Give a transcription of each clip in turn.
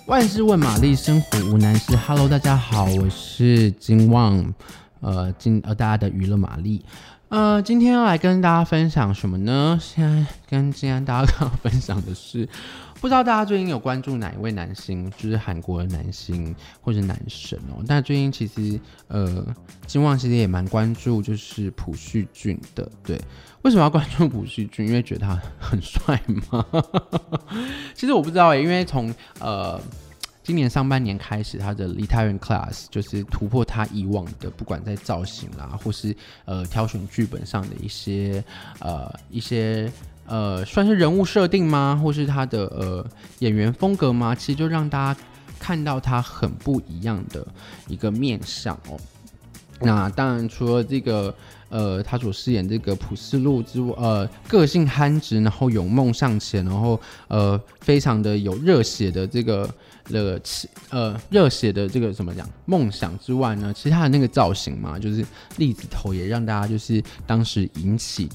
万事问玛丽，生活无难事。Hello， 大家好，我是金旺，大家的娱乐玛丽。今天要来跟大家分享什么呢？今天大家要分享的是，不知道大家最近有关注哪一位男星，就是韩国的男星或者男神哦。但最近其实金旺其实也蛮关注，就是朴叙俊的。对，为什么要关注朴叙俊？因为觉得他很帅吗？其实我不知道因为从今年上半年开始，他的梨泰院 Class 就是突破他以往的，不管在造型啦，或是挑选剧本上的一些算是人物设定吗？或是他的演员风格吗？其实就让大家看到他很不一样的一个面向哦。那当然，除了这个他所饰演这个朴世禄之外，个性憨直，然后勇梦向前，然后非常的有热血的这个热血的这个怎么讲梦想之外呢，其实他的那个造型嘛，就是栗子头也让大家就是当时引起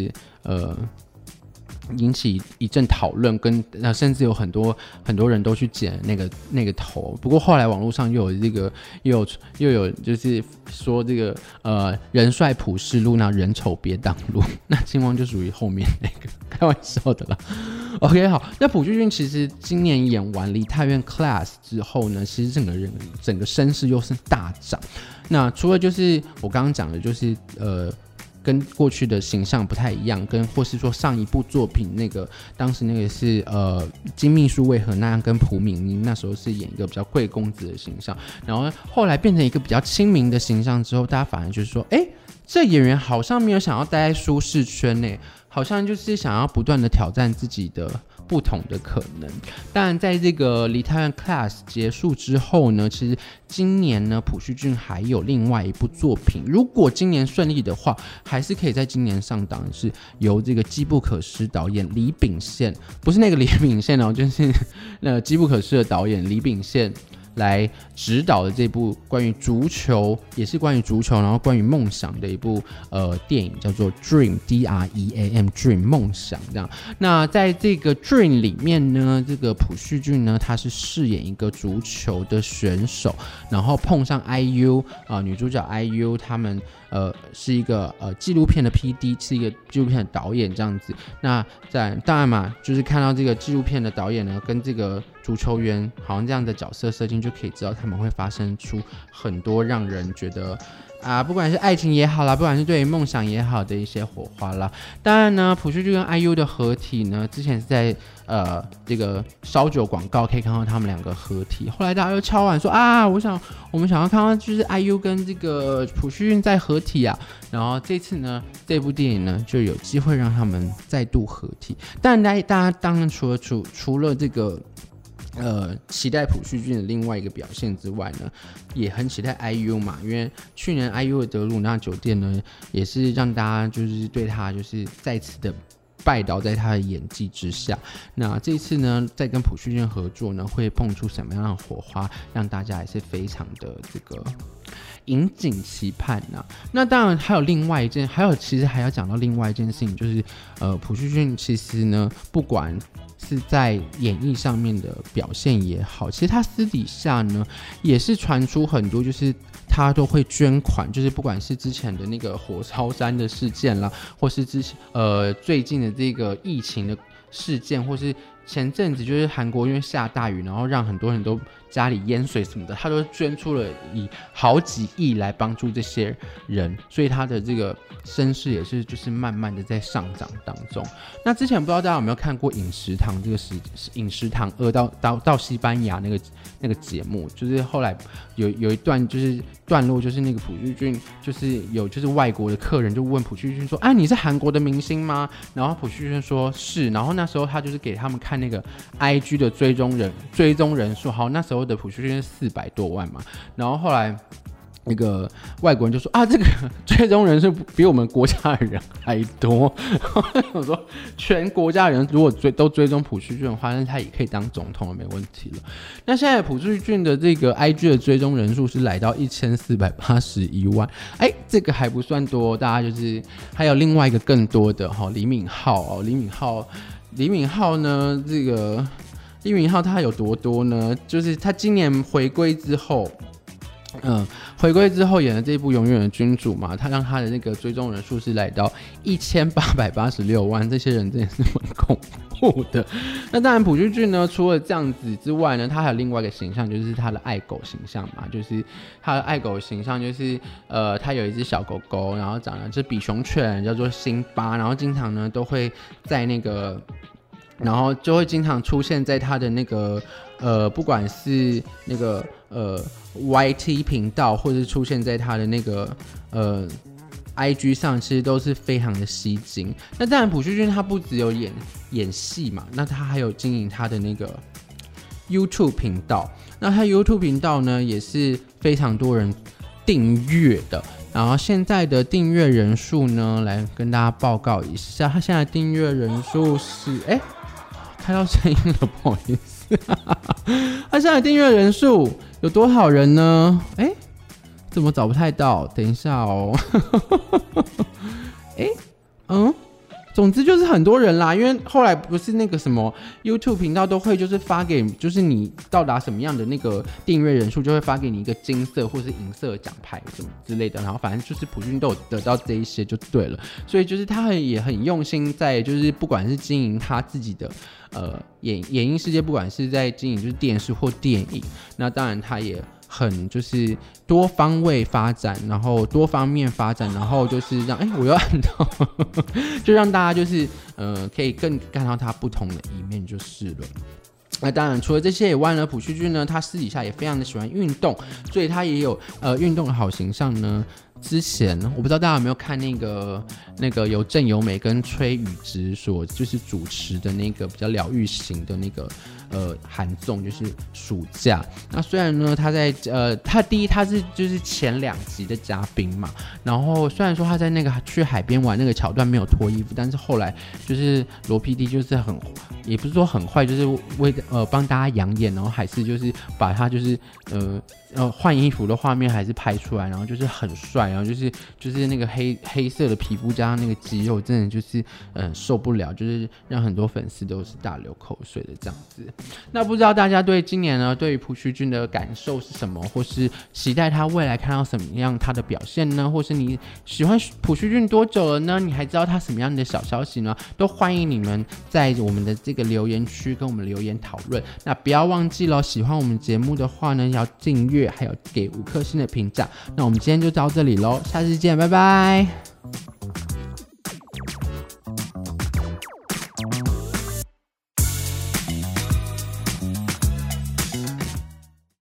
一阵讨论，甚至有很多人都去剪那个头。不过后来网络上又有就是说这个人帅朴世禄，那人丑别挡路。那金旺就属于后面那个，开玩笑的啦。OK， 好，那朴叙俊其实今年演完《梨泰院 Class》之后呢，其实整个声势又是大涨。那除了就是我刚刚讲的，就是跟过去的形象不太一样，或是说上一部作品当时那个是金秘书为何那样，跟朴敏英那时候是演一个比较贵公子的形象，然后后来变成一个比较亲民的形象之后，大家反而就是说，这演员好像没有想要待在舒适圈内，好像就是想要不断的挑战自己的不同的可能。当然在这个梨泰院 Class 结束之后呢，其实今年呢朴叙俊还有另外一部作品，如果今年顺利的话，还是可以在今年上档，是由这个机不可失导演李秉宪，不是那个李秉宪哦，就是机不可失的导演李秉宪来指导的这部关于足球，也是关于足球，然后关于梦想的一部电影，叫做 Dream D-R-E-A-M Dream 梦想这样。那在这个 Dream 里面呢，这个朴叙俊呢，他是饰演一个足球的选手，然后碰上 IU 女主角 IU 他们是一个纪录片的 PD， 是一个纪录片的导演这样子。那当然嘛，就是看到这个纪录片的导演呢，跟这个足球员好像这样的角色设定，就可以知道他们会发生出很多让人觉得不管是爱情也好啦，不管是对于梦想也好的一些火花啦。当然呢，朴叙俊跟 IU 的合体呢，之前是在这个烧酒广告可以看到他们两个合体，后来大家又敲碗说我们想要看到就是 IU 跟这个朴叙俊在合体啊。然后这次呢，这部电影呢就有机会让他们再度合体。但大家当然除了这个期待朴叙俊的另外一个表现之外呢，也很期待 IU 嘛，因为去年 IU 的德鲁纳酒店呢，也是让大家就是对他就是再次的拜倒在他的演技之下。那这次呢，在跟朴叙俊合作呢，会碰出什么样的火花，让大家也是非常的这个引颈期盼呐。那当然其实还要讲到另外一件事情，就是朴叙俊其实呢，不管是在演艺上面的表现也好，其实他私底下呢也是传出很多，就是他都会捐款，就是不管是之前的那个火烧山的事件啦，或是最近的这个疫情的事件，或是前阵子就是韩国因为下大雨，然后让很多人都家里淹水什么的，他都捐出了以好几亿来帮助这些人，所以他的这个声势也是就是慢慢的在上涨当中。那之前不知道大家有没有看过饮食堂饮食堂2到西班牙那个节目，就是后来有一段就是段落，就是那个朴叙俊就是外国的客人就问朴叙俊说，你是韩国的明星吗？然后朴叙俊说是，然后那时候他就是给他们看那个 IG 的追踪人数，好，那时候的朴叙俊是400多万嘛，然后后来那个外国人就说这个追踪人数比我们国家的人还多。我说全国家的人如果都追踪朴叙俊的话，那他也可以当总统了，没问题了。那现在朴叙俊的这个 IG 的追踪人数是来到1481万，这个还不算多，大家就是还有另外一个更多的李敏镐呢，这个李允浩他有多多呢？就是他今年回归之后。回归之后演的这部《永远的君主》嘛，他让他的那个追踪人数是来到1886万，这些人真的是蛮恐怖的。那当然，朴叙俊呢，除了这样子之外呢，他还有另外一个形象，就是他的爱狗形象嘛，就是他的爱狗形象就是他有一只小狗狗，然后长得是比熊犬，叫做辛巴，然后经常呢都会在那个。然后就会经常出现在他的那个不管是那个YT 频道，或是出现在他的那个IG 上，其实都是非常的吸睛。那当然，朴叙俊他不只有演戏嘛，那他还有经营他的那个 YouTube 频道。那他 YouTube 频道呢，也是非常多人订阅的。然后现在的订阅人数呢，来跟大家报告一下，他现在订阅人数是开到声音了，不好意思。他现在订阅人数有多少人呢？怎么找不太到？等一下哦。总之就是很多人啦，因为后来不是那个什么 YouTube 频道都会就是发给，就是你到达什么样的那个订阅人数，就会发给你一个金色或是银色的奖牌什么之类的，然后反正就是朴叙俊都有得到这一些就对了，所以就是他也很用心在就是不管是经营他自己的演艺世界，不管是在经营就是电视或电影，那当然他也很就是多方位发展，然后多方面发展，然后就是让我又按到就让大家就是可以更看到他不同的一面就是了。那当然，除了这些以外呢，朴叙俊呢，他私底下也非常的喜欢运动，所以他也有运动的好形象呢。之前我不知道大家有没有看那个由郑有美跟崔宇植所就是主持的那个比较疗愈型的那个韩综，就是暑假。那虽然呢他在他是就是前2集的嘉宾嘛，然后虽然说他在那个去海边玩那个桥段没有脱衣服，但是后来就是罗 PD 就是也不是说很坏，就是帮大家养眼，然后还是就是把他就是换衣服的画面还是拍出来，然后就是很帅，然后就是那个黑色的皮肤加上那个肌肉，真的就是受不了，就是让很多粉丝都是大流口水的这样子。那不知道大家对今年呢，对于朴叙俊的感受是什么，或是期待他未来看到什么样他的表现呢？或是你喜欢朴叙俊多久了呢？你还知道他什么样的小消息呢？都欢迎你们在我们的这个留言区跟我们留言讨论。那不要忘记了，喜欢我们节目的话呢，要订阅，还有给5颗星的评价。那我们今天就到这里咯，下次见，拜拜。